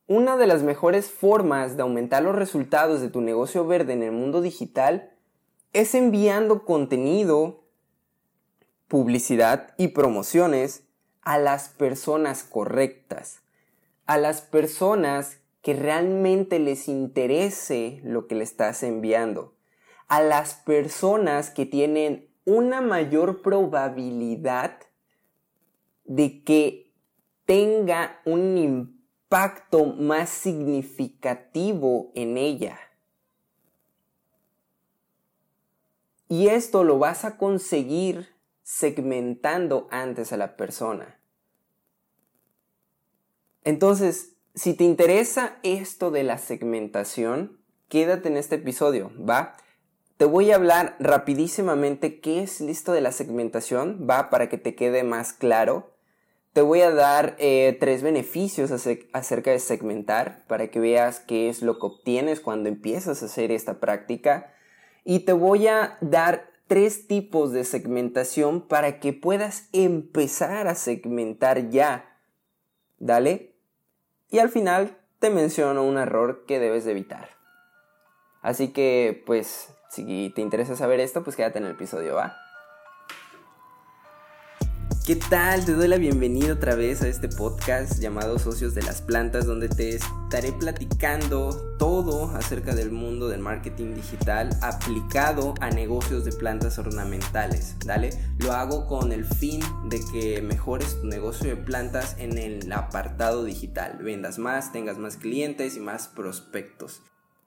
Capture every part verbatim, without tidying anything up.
una de las mejores formas de aumentar los resultados de tu negocio verde en el mundo digital es enviando contenido, publicidad y promociones a las personas correctas, a las personas que realmente les interese lo que le estás enviando, a las personas que tienen una mayor probabilidad de que tenga un impacto más significativo en ella. Y esto lo vas a conseguir segmentando antes a la persona. Entonces, si te interesa esto de la segmentación, quédate en este episodio, ¿va? Te voy a hablar rapidísimamente qué es esto de la segmentación, ¿va? Para que te quede más claro. Te voy a dar eh, tres beneficios acerca de segmentar para que veas qué es lo que obtienes cuando empiezas a hacer esta práctica. Y te voy a dar tres tipos de segmentación para que puedas empezar a segmentar ya. ¿Dale? Y al final te menciono un error que debes de evitar. Así que, pues, si te interesa saber esto, pues quédate en el episodio, ¿va? ¿Qué tal? Te doy la bienvenida otra vez a este podcast llamado Socios de las Plantas, donde te estaré platicando todo acerca del mundo del marketing digital aplicado a negocios de plantas ornamentales, ¿dale? Lo hago con el fin de que mejores tu negocio de plantas en el apartado digital, vendas más, tengas más clientes y más prospectos.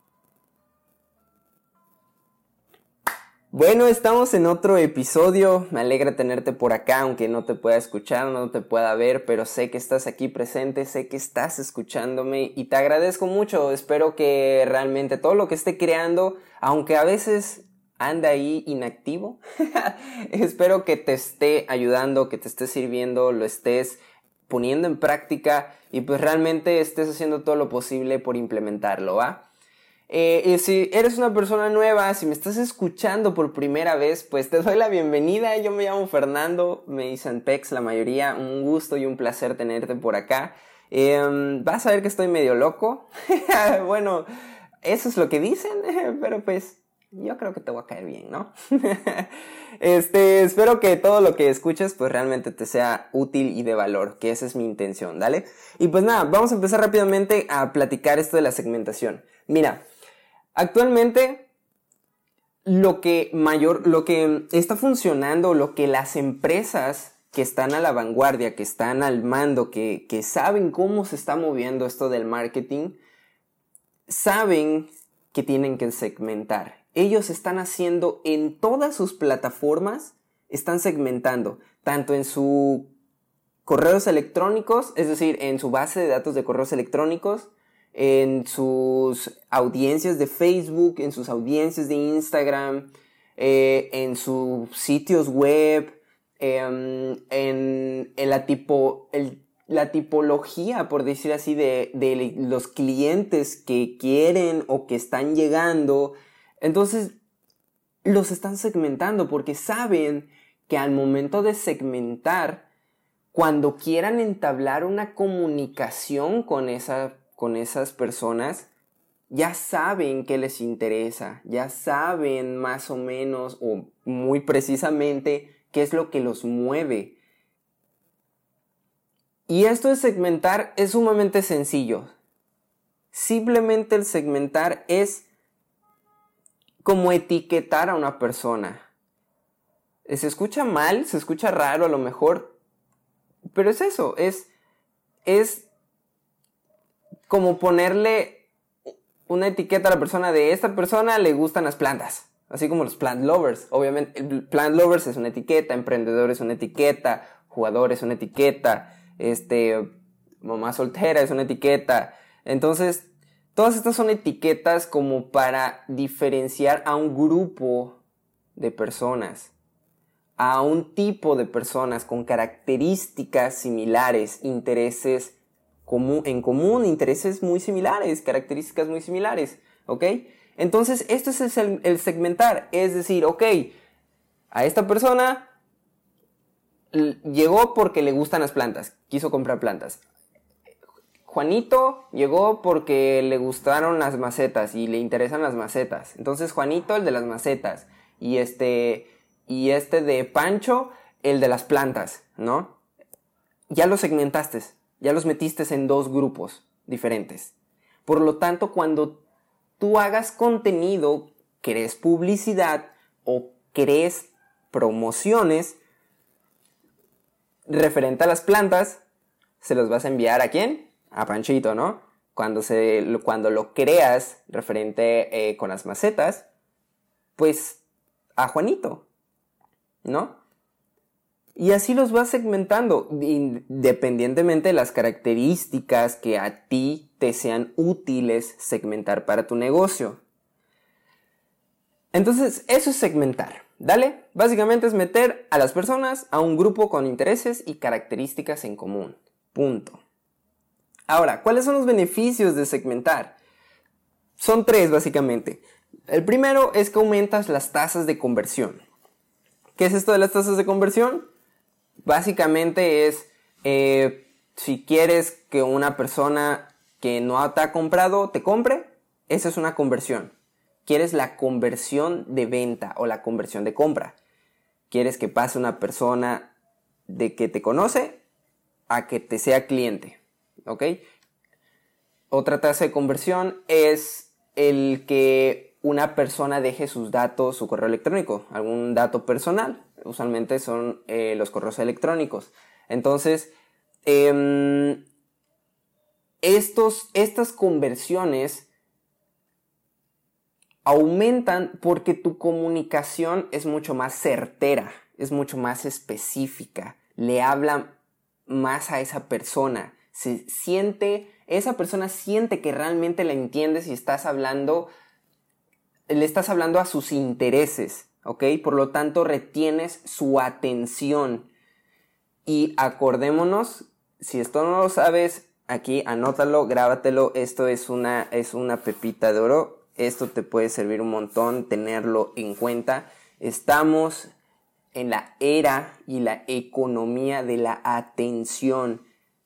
Bueno, estamos en otro episodio, me alegra tenerte por acá, aunque no te pueda escuchar, no te pueda ver, pero sé que estás aquí presente, sé que estás escuchándome y te agradezco mucho. Espero que realmente todo lo que esté creando, aunque a veces anda ahí inactivo, espero que te esté ayudando, que te esté sirviendo, lo estés poniendo en práctica y pues realmente estés haciendo todo lo posible por implementarlo, ¿va? Eh, y si eres una persona nueva, si me estás escuchando por primera vez, pues te doy la bienvenida. Yo me llamo Fernando, me dicen Pex la mayoría. Un gusto y un placer tenerte por acá. Eh, vas a ver que estoy medio loco. Bueno, eso es lo que dicen, pero pues yo creo que te voy a caer bien, ¿no? este, espero que todo lo que escuches pues realmente te sea útil y de valor, que esa es mi intención, ¿dale? Y pues nada, vamos a empezar rápidamente a platicar esto de la segmentación. Mira, actualmente lo que mayor, lo que está funcionando, lo que las empresas que están a la vanguardia, que están al mando, que, que saben cómo se está moviendo esto del marketing, saben que tienen que segmentar. Ellos están haciendo en todas sus plataformas, están segmentando, tanto en sus correos electrónicos, es decir, en su base de datos de correos electrónicos, en sus audiencias de Facebook, en sus audiencias de Instagram, eh, en sus sitios web, eh, en, en la, tipo, el, la tipología, por decir así, de, de los clientes que quieren o que están llegando. Entonces, los están segmentando porque saben que al momento de segmentar, cuando quieran entablar una comunicación con esa con esas personas, ya saben qué les interesa, ya saben más o menos o muy precisamente qué es lo que los mueve. Y esto de segmentar es sumamente sencillo. Simplemente el segmentar es como etiquetar a una persona. Se escucha mal, se escucha raro a lo mejor, pero es eso, es, es como ponerle una etiqueta a la persona de esta persona le gustan las plantas, así como los plant lovers. Obviamente, el plant lovers es una etiqueta, emprendedor es una etiqueta, jugador es una etiqueta, este, mamá soltera es una etiqueta. Entonces, todas estas son etiquetas como para diferenciar a un grupo de personas, a un tipo de personas con características similares, intereses en común, intereses muy similares, características muy similares, ¿ok? Entonces, esto es el, el segmentar, es decir, ok, a esta persona llegó porque le gustan las plantas, quiso comprar plantas. Juanito llegó porque le gustaron las macetas y le interesan las macetas. Entonces Juanito, el de las macetas. Y este, y este de Pancho, el de las plantas, ¿no? Ya los segmentaste, ya los metiste en dos grupos diferentes. Por lo tanto, cuando tú hagas contenido, crees publicidad o crees promociones referente a las plantas, se los vas a enviar ¿a quién? A Panchito, ¿no? Cuando, se, cuando lo creas referente eh, con las macetas, pues a Juanito, ¿no? Y así los vas segmentando, independientemente de las características que a ti te sean útiles segmentar para tu negocio. Entonces, eso es segmentar, ¿dale? Básicamente es meter a las personas a un grupo con intereses y características en común. Punto. Ahora, ¿cuáles son los beneficios de segmentar? Son tres, básicamente. El primero es que aumentas las tasas de conversión. ¿Qué es esto de las tasas de conversión? Básicamente es, eh, si quieres que una persona que no te ha comprado te compre, esa es una conversión. Quieres la conversión de venta o la conversión de compra. Quieres que pase una persona de que te conoce a que te sea cliente, ¿ok? Otra tasa de conversión es el que una persona deje sus datos, su correo electrónico, algún dato personal. Usualmente son eh, los correos electrónicos. Entonces, eh, estos, estas conversiones aumentan porque tu comunicación es mucho más certera, es mucho más específica, le habla más a esa persona, se siente, esa persona siente que realmente la entiendes y estás hablando, le estás hablando a sus intereses, ¿ok? Por lo tanto, retienes su atención. Y acordémonos, si esto no lo sabes, aquí anótalo, grábatelo, esto es una, es una pepita de oro. Esto te puede servir un montón, tenerlo en cuenta. Estamos en la era y la economía de la atención.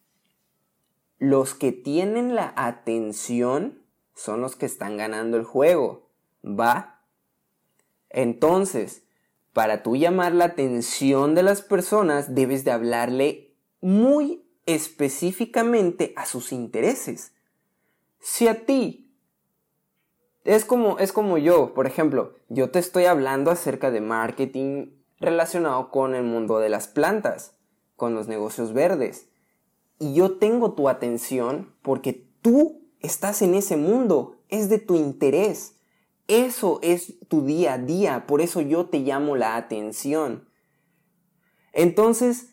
Los que tienen la atención son los que están ganando el juego, ¿va? Entonces, para tú llamar la atención de las personas, debes de hablarle muy específicamente a sus intereses. Si a ti Es como, es como yo, por ejemplo, yo te estoy hablando acerca de marketing relacionado con el mundo de las plantas, con los negocios verdes. Y yo tengo tu atención porque tú estás en ese mundo, es de tu interés. Eso es tu día a día, por eso yo te llamo la atención. Entonces,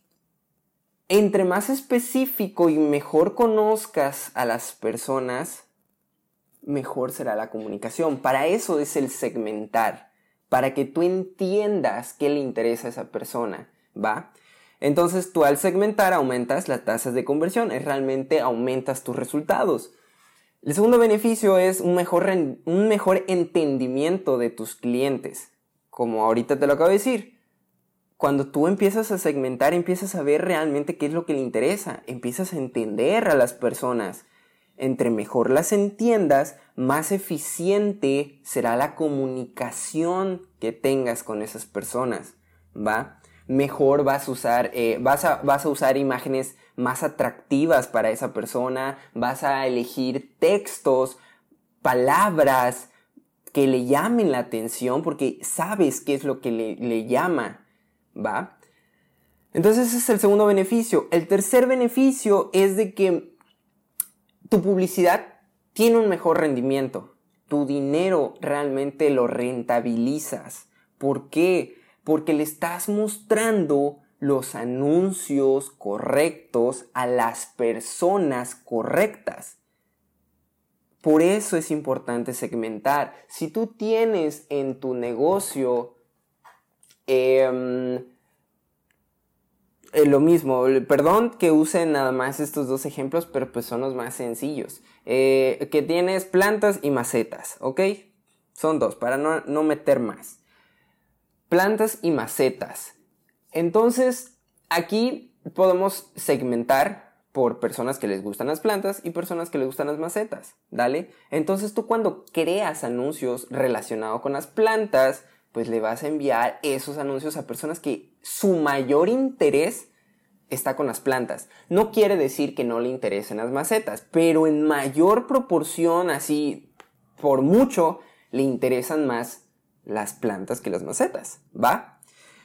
entre más específico y mejor conozcas a las personas, mejor será la comunicación. Para eso es el segmentar, para que tú entiendas qué le interesa a esa persona, ¿va? Entonces tú al segmentar aumentas las tasas de conversión, es realmente aumentas tus resultados. El segundo beneficio es un mejor, un mejor entendimiento de tus clientes, como ahorita te lo acabo de decir. Cuando tú empiezas a segmentar, empiezas a ver realmente qué es lo que le interesa, empiezas a entender a las personas. Entre mejor las entiendas, más eficiente será la comunicación que tengas con esas personas, ¿va? Mejor vas a usar, eh, vas a, vas a usar imágenes más atractivas para esa persona, vas a elegir textos, palabras que le llamen la atención porque sabes qué es lo que le, le llama, ¿va? Entonces ese es el segundo beneficio. El tercer beneficio es de que tu publicidad tiene un mejor rendimiento. Tu dinero realmente lo rentabilizas. ¿Por qué? Porque le estás mostrando los anuncios correctos a las personas correctas. Por eso es importante segmentar. Si tú tienes en tu negocio eh, Eh, lo mismo, perdón que use nada más estos dos ejemplos, pero pues son los más sencillos. Eh, que tienes plantas y macetas, ¿ok? Son dos, para no, no meter más. Plantas y macetas. Entonces, aquí podemos segmentar por personas que les gustan las plantas y personas que les gustan las macetas, ¿dale? Entonces tú cuando creas anuncios relacionados con las plantas, pues le vas a enviar esos anuncios a personas que su mayor interés está con las plantas. No quiere decir que no le interesen las macetas, pero en mayor proporción, así por mucho, le interesan más las plantas que las macetas, ¿va?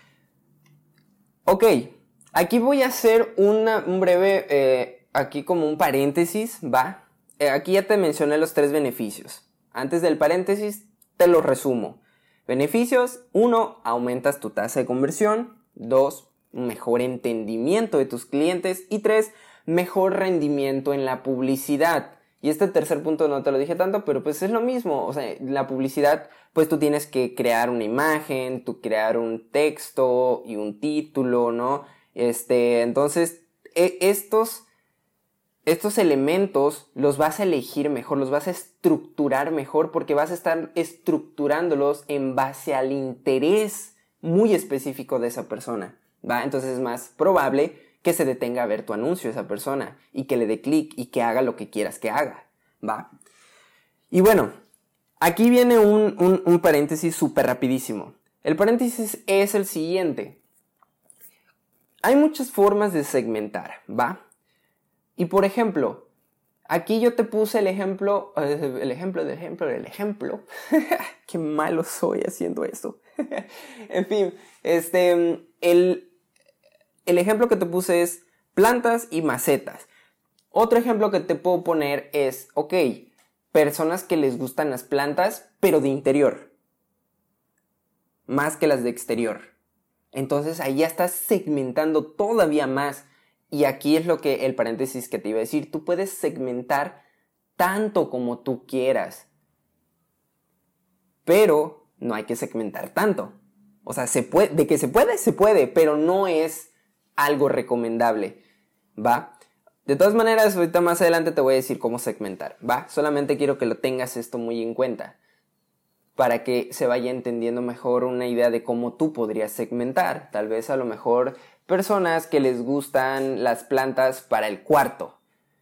Ok, aquí voy a hacer una, un breve, eh, aquí como un paréntesis, ¿va? Eh, aquí ya te mencioné los tres beneficios. Antes del paréntesis, te los resumo. Beneficios, uno, aumentas tu tasa de conversión. Dos, un mejor entendimiento de tus clientes. Y tres, mejor rendimiento en la publicidad. Y este tercer punto no te lo dije tanto, pero pues es lo mismo. O sea, la publicidad, pues tú tienes que crear una imagen, tú crear un texto y un título, ¿no? Este, entonces, e- estos, estos elementos los vas a elegir mejor, los vas a estructurar mejor porque vas a estar estructurándolos en base al interés muy específico de esa persona, ¿va? Entonces es más probable que se detenga a ver tu anuncio esa persona y que le dé clic y que haga lo que quieras que haga, ¿va? Y bueno, aquí viene un, un, un paréntesis súper rapidísimo. El paréntesis es el siguiente. Hay muchas formas de segmentar, ¿va? Y por ejemplo, aquí yo te puse el ejemplo, el ejemplo del ejemplo del ejemplo. Qué malo soy haciendo esto. En fin, este, el, el ejemplo que te puse es plantas y macetas. Otro ejemplo que te puedo poner es, ok, personas que les gustan las plantas, pero de interior, más que las de exterior. Entonces ahí ya estás segmentando todavía más. Y aquí es lo que el paréntesis que te iba a decir. Tú puedes segmentar tanto como tú quieras. Pero no hay que segmentar tanto. O sea, se puede, de que se puede, se puede, pero no es algo recomendable, ¿va? De todas maneras, ahorita más adelante te voy a decir cómo segmentar, ¿va? Solamente quiero que lo tengas esto muy en cuenta, para que se vaya entendiendo mejor una idea de cómo tú podrías segmentar. Tal vez a lo mejor personas que les gustan las plantas para el cuarto.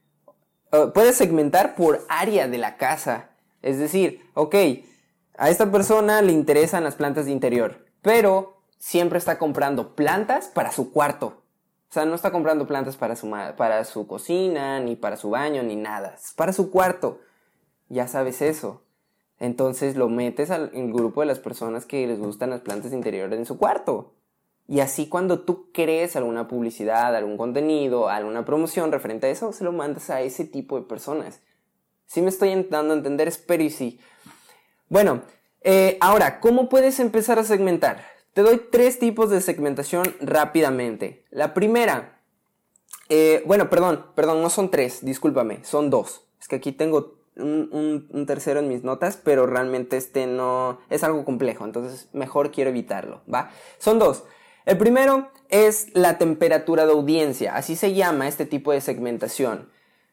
Uh, puedes segmentar por área de la casa. Es decir, ok, a esta persona le interesan las plantas de interior, pero siempre está comprando plantas para su cuarto. O sea, no está comprando plantas para su, para su cocina, ni para su baño, ni nada. Es para su cuarto. Ya sabes eso. Entonces lo metes al grupo de las personas que les gustan las plantas de interior en su cuarto. Y así cuando tú crees alguna publicidad, algún contenido, alguna promoción referente a eso, se lo mandas a ese tipo de personas. ¿Sí me estoy dando a entender? Espero y sí. Bueno, eh, ahora, ¿cómo puedes empezar a segmentar? Te doy tres tipos de segmentación rápidamente. La primera, eh, bueno, perdón, perdón, no son tres, discúlpame, son dos. Es que aquí tengo un, un, un tercero en mis notas, pero realmente este no, es algo complejo, entonces mejor quiero evitarlo, ¿va? Son dos. El primero es la temperatura de audiencia, así se llama este tipo de segmentación.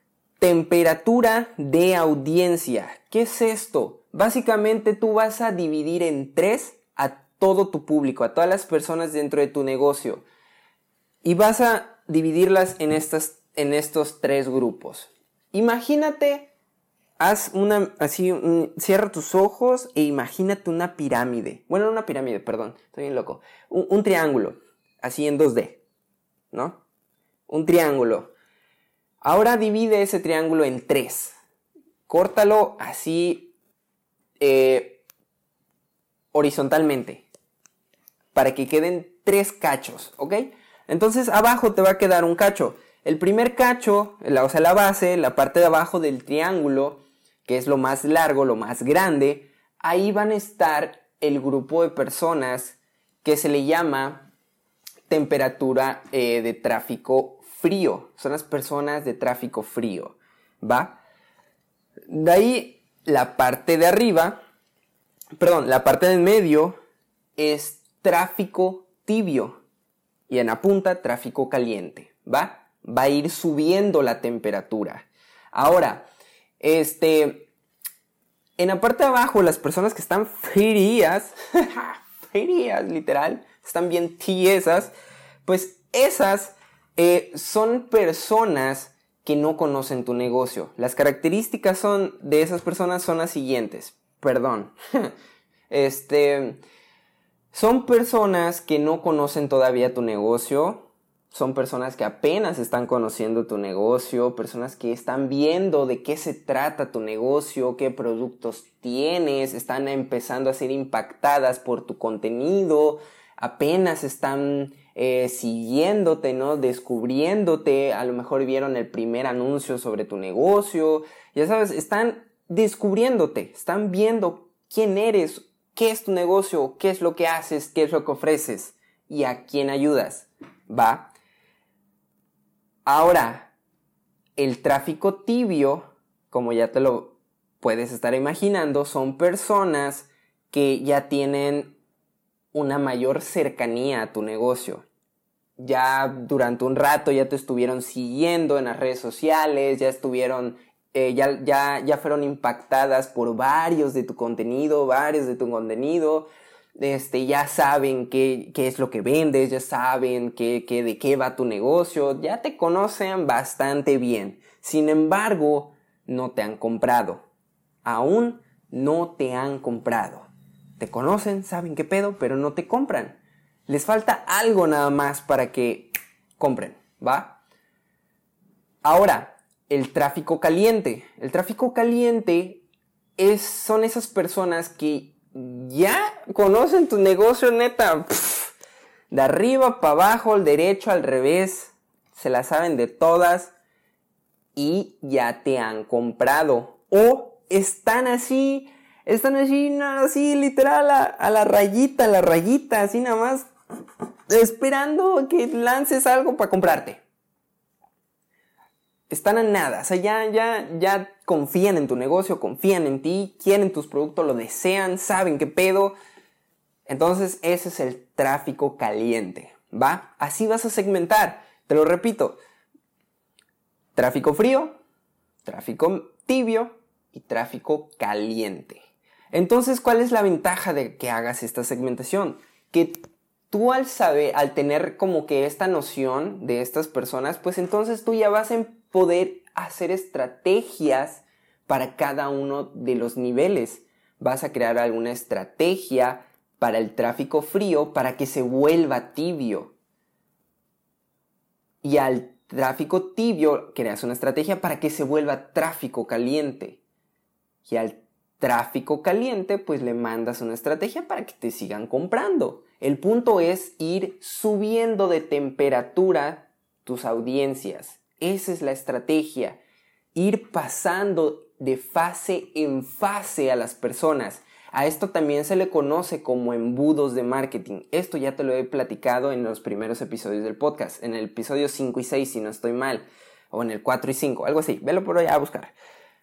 Temperatura de audiencia. ¿Qué es esto? Básicamente tú vas a dividir en tres a todo tu público, a todas las personas dentro de tu negocio. Y vas a dividirlas en, estas, en estos tres grupos. Imagínate, haz una, así, un, cierra tus ojos e imagínate una pirámide. Bueno, no una pirámide, perdón, estoy bien loco. Un, un triángulo, así en dos D, ¿no? Un triángulo. Ahora divide ese triángulo en tres. Córtalo así eh, horizontalmente para que queden tres cachos, ¿ok? Entonces abajo te va a quedar un cacho. El primer cacho, la, o sea la base, la parte de abajo del triángulo, que es lo más largo, lo más grande, ahí van a estar el grupo de personas que se le llama temperatura eh, de tráfico frío. Son las personas de tráfico frío, ¿va? De ahí la parte de arriba, perdón, la parte del medio es tráfico tibio y en la punta tráfico caliente, ¿va? Va a ir subiendo la temperatura. Ahora, este, en la parte de abajo las personas que están frías, frías literal, están bien tiesas, pues esas eh, son personas que no conocen tu negocio. Las características son, de esas personas son las siguientes. Perdón. este, son personas que no conocen todavía tu negocio. Son personas que apenas están conociendo tu negocio, personas que están viendo de qué se trata tu negocio, qué productos tienes, están empezando a ser impactadas por tu contenido, apenas están eh, siguiéndote, ¿no? Descubriéndote, a lo mejor vieron el primer anuncio sobre tu negocio, ya sabes, están descubriéndote, están viendo quién eres, qué es tu negocio, qué es lo que haces, qué es lo que ofreces y a quién ayudas, ¿va? Ahora, el tráfico tibio, como ya te lo puedes estar imaginando, son personas que ya tienen una mayor cercanía a tu negocio. Ya durante un rato ya te estuvieron siguiendo en las redes sociales, ya estuvieron, eh, ya, ya, ya fueron impactadas por varios de tu contenido, varios de tu contenido. Este, ya saben qué, qué es lo que vendes, ya saben qué, qué, de qué va tu negocio, ya te conocen bastante bien. Sin embargo, no te han comprado. Aún no te han comprado. Te conocen, saben qué pedo, pero no te compran. Les falta algo nada más para que compren, ¿va? Ahora, el tráfico caliente. El tráfico caliente es, son esas personas que ya conocen tu negocio, neta, pff, de arriba para abajo, al derecho, al revés, se la saben de todas y ya te han comprado o están así, están así, así literal a, a la rayita, a la rayita, así nada más esperando que lances algo para comprarte. Están a nada, o sea, ya, ya, ya confían en tu negocio, confían en ti, quieren tus productos, lo desean, saben qué pedo. Entonces, ese es el tráfico caliente, ¿va? Así vas a segmentar, te lo repito. Tráfico frío, tráfico tibio y tráfico caliente. Entonces, ¿cuál es la ventaja de que hagas esta segmentación? Que tú al saber, al tener como que esta noción de estas personas, pues entonces tú ya vas a poder hacer estrategias para cada uno de los niveles. Vas a crear alguna estrategia para el tráfico frío para que se vuelva tibio. Y al tráfico tibio creas una estrategia para que se vuelva tráfico caliente. Y al tráfico caliente pues le mandas una estrategia para que te sigan comprando. El punto es ir subiendo de temperatura tus audiencias. Esa es la estrategia. Ir pasando de fase en fase a las personas. A esto también se le conoce como embudos de marketing. Esto ya te lo he platicado en los primeros episodios del podcast. En el episodio cinco y seis, si no estoy mal. O en el cuatro y cinco, algo así. Velo por allá a buscar.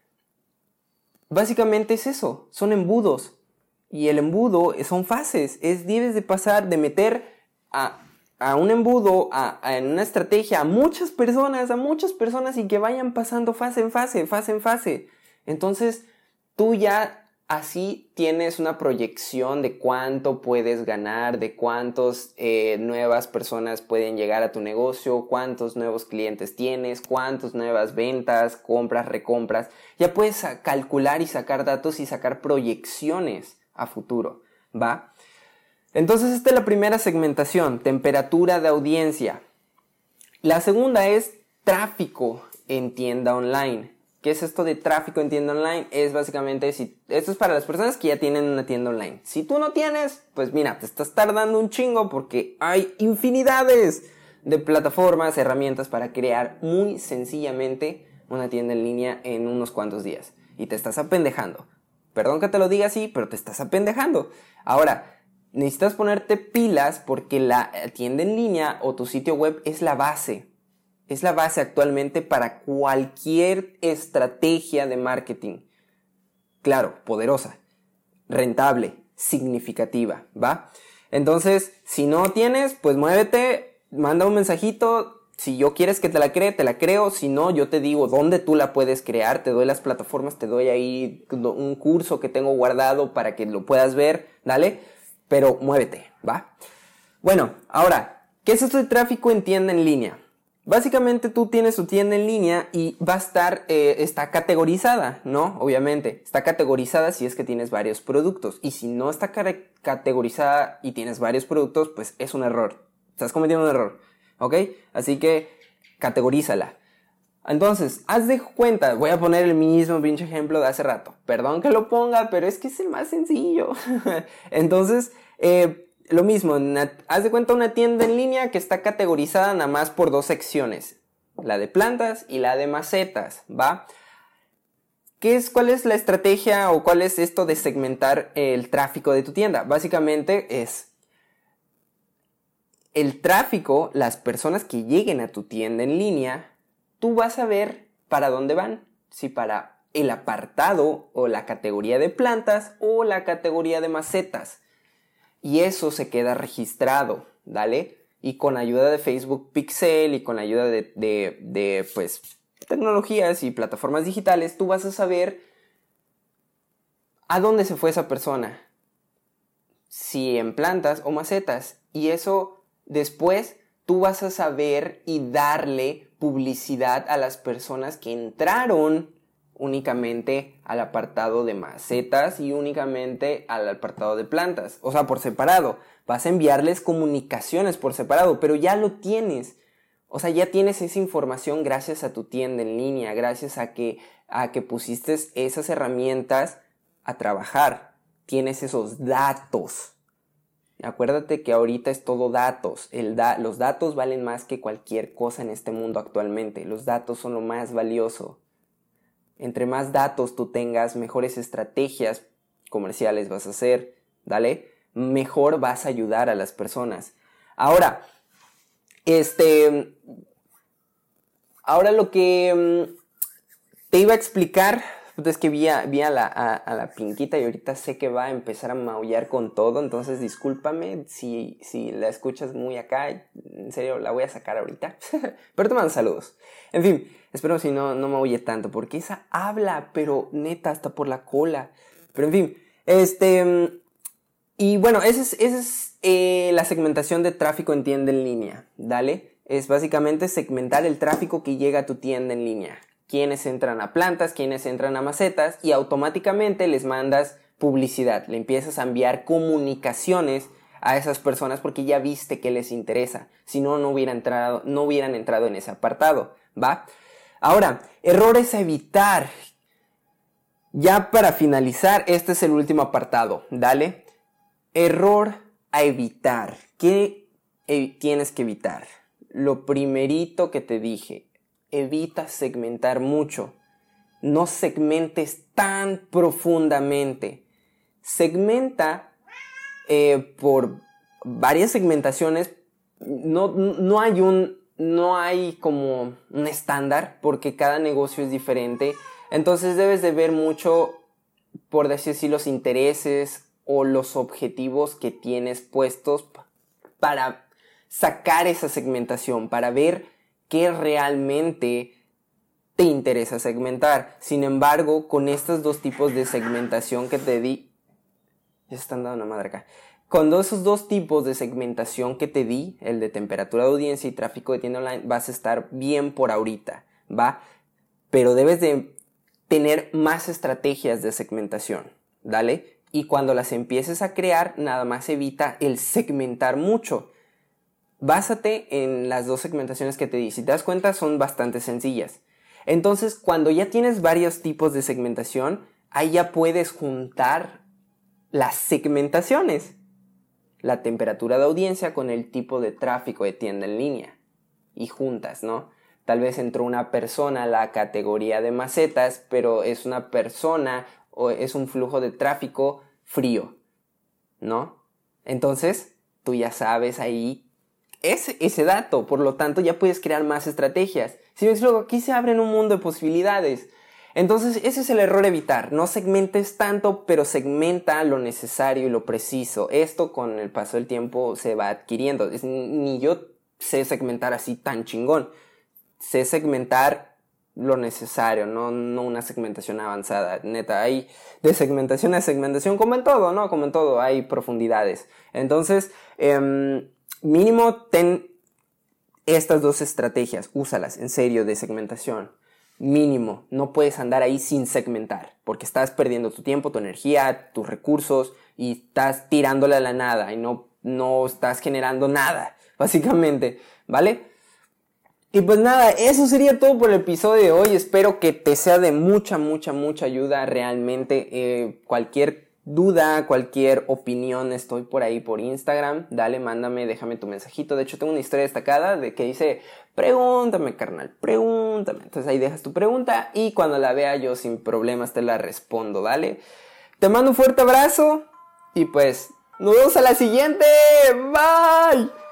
Básicamente es eso. Son embudos. Y el embudo son fases. Es debes de pasar de meter a... a un embudo, a, a, en una estrategia, a muchas personas, a muchas personas y que vayan pasando fase en fase, fase en fase. Entonces, tú ya así tienes una proyección de cuánto puedes ganar, de cuántas eh, nuevas personas pueden llegar a tu negocio, cuántos nuevos clientes tienes, cuántas nuevas ventas, compras, recompras. Ya puedes calcular y sacar datos y sacar proyecciones a futuro, ¿va? Entonces esta es la primera segmentación, temperatura de audiencia. La segunda es tráfico en tienda online. ¿Qué es esto de tráfico en tienda online? Es básicamente, si, esto es para las personas que ya tienen una tienda online. Si tú no tienes, pues mira, te estás tardando un chingo porque hay infinidades de plataformas, herramientas para crear muy sencillamente una tienda en línea en unos cuantos días. Y te estás apendejando. Perdón que te lo diga así, pero te estás apendejando. Ahora, necesitas ponerte pilas porque la tienda en línea o tu sitio web es la base. Es la base actualmente para cualquier estrategia de marketing. Claro, poderosa, rentable, significativa, ¿va? Entonces, si no tienes, pues muévete, manda un mensajito. Si yo quieres que te la cree, te la creo. Si no, yo te digo dónde tú la puedes crear. Te doy las plataformas, te doy ahí un curso que tengo guardado para que lo puedas ver, ¿dale? Pero muévete, ¿va? Bueno, ahora, ¿qué es esto de tráfico en tienda en línea? Básicamente tú tienes tu tienda en línea y va a estar, eh, está categorizada, ¿no? Obviamente, está categorizada si es que tienes varios productos. Y si no está categorizada y tienes varios productos, pues es un error. Estás cometiendo un error, ¿ok? Así que categorízala. Entonces, haz de cuenta, voy a poner el mismo pinche ejemplo de hace rato. Perdón que lo ponga, pero es que es el más sencillo. Entonces, eh... lo mismo, haz de cuenta una tienda en línea que está categorizada nada más por dos secciones, la de plantas y la de macetas, ¿va? ¿Qué es, cuál es la estrategia o cuál es esto de segmentar el tráfico de tu tienda? Básicamente es el tráfico, las personas que lleguen a tu tienda en línea, tú vas a ver para dónde van, si para el apartado o la categoría de plantas o la categoría de macetas. Y eso se queda registrado, ¿dale? Y con ayuda de Facebook Pixel y con ayuda de, de, de, pues, tecnologías y plataformas digitales, tú vas a saber a dónde se fue esa persona. Si en plantas o macetas. Y eso después tú vas a saber y darle publicidad a las personas que entraron únicamente al apartado de macetas y únicamente al apartado de plantas, o sea, por separado. Vas a enviarles comunicaciones por separado, pero ya lo tienes. O sea, ya tienes esa información gracias a tu tienda en línea, gracias a que, a que pusiste esas herramientas a trabajar. Tienes esos datos. Acuérdate que ahorita es todo datos. El da- los datos valen más que cualquier cosa en este mundo actualmente. Los datos son lo más valioso. Entre más datos tú tengas, mejores estrategias comerciales vas a hacer, ¿dale? Mejor vas a ayudar a las personas. Ahora, este, ahora lo que te iba a explicar, es que vi a, vi a, la, a, a la Pinquita y ahorita sé que va a empezar a maullar con todo, entonces discúlpame si, si la escuchas muy acá, en serio la voy a sacar ahorita, pero te mando saludos. En fin, espero si no, no maulle tanto, porque esa habla, pero neta, hasta por la cola. Pero en fin, este, y bueno, esa es, esa es eh, la segmentación de tráfico en tienda en línea, ¿dale? Es básicamente segmentar el tráfico que llega a tu tienda en línea. Quienes entran a plantas, quienes entran a macetas y automáticamente les mandas publicidad, le empiezas a enviar comunicaciones a esas personas porque ya viste que les interesa, si no, no hubiera entrado, no hubieran entrado en ese apartado, ¿va? Ahora, errores a evitar. Ya para finalizar, este es el último apartado, ¿dale? Error a evitar. ¿Qué e- tienes que evitar? Lo primerito que te dije. Evita segmentar mucho. No segmentes tan profundamente. Segmenta eh, por varias segmentaciones. No, no hay un, no hay como un estándar porque cada negocio es diferente. Entonces debes de ver mucho, por decir así, los intereses o los objetivos que tienes puestos para sacar esa segmentación, para ver qué realmente te interesa segmentar. Sin embargo, con estos dos tipos de segmentación que te di, ya se están dando una madre acá. Con esos dos tipos de segmentación que te di, el de temperatura de audiencia y tráfico de tienda online, vas a estar bien por ahorita, ¿va? Pero debes de tener más estrategias de segmentación, ¿dale? Y cuando las empieces a crear, nada más evita el segmentar mucho. Básate en las dos segmentaciones que te di. Si te das cuenta, son bastante sencillas. Entonces, cuando ya tienes varios tipos de segmentación, ahí ya puedes juntar las segmentaciones. La temperatura de audiencia con el tipo de tráfico de tienda en línea. Y juntas, ¿no? Tal vez entró una persona a la categoría de macetas, pero es una persona o es un flujo de tráfico frío, ¿no? Entonces, tú ya sabes ahí ese, ese dato, por lo tanto ya puedes crear más estrategias. Si ves luego, aquí se abren un mundo de posibilidades. Entonces, ese es el error a evitar. No segmentes tanto, pero segmenta lo necesario y lo preciso. Esto con el paso del tiempo se va adquiriendo. Es, ni yo sé segmentar así tan chingón. Sé segmentar lo necesario, no, no una segmentación avanzada. Neta, hay de segmentación a segmentación, como en todo, ¿no? Como en todo, hay profundidades. Entonces, eh, mínimo ten estas dos estrategias, úsalas en serio de segmentación. Mínimo, no puedes andar ahí sin segmentar, porque estás perdiendo tu tiempo, tu energía, tus recursos y estás tirándole a la nada y no, no estás generando nada, básicamente, ¿vale? Y pues nada, eso sería todo por el episodio de hoy. Espero que te sea de mucha, mucha, mucha ayuda realmente. Eh, cualquier duda, cualquier opinión, estoy por ahí por Instagram. Dale, mándame, déjame tu mensajito. De hecho, tengo una historia destacada de que dice, pregúntame, carnal, pregúntame. Entonces ahí dejas tu pregunta y cuando la vea yo sin problemas te la respondo, ¿vale? Te mando un fuerte abrazo y pues nos vemos a la siguiente. Bye.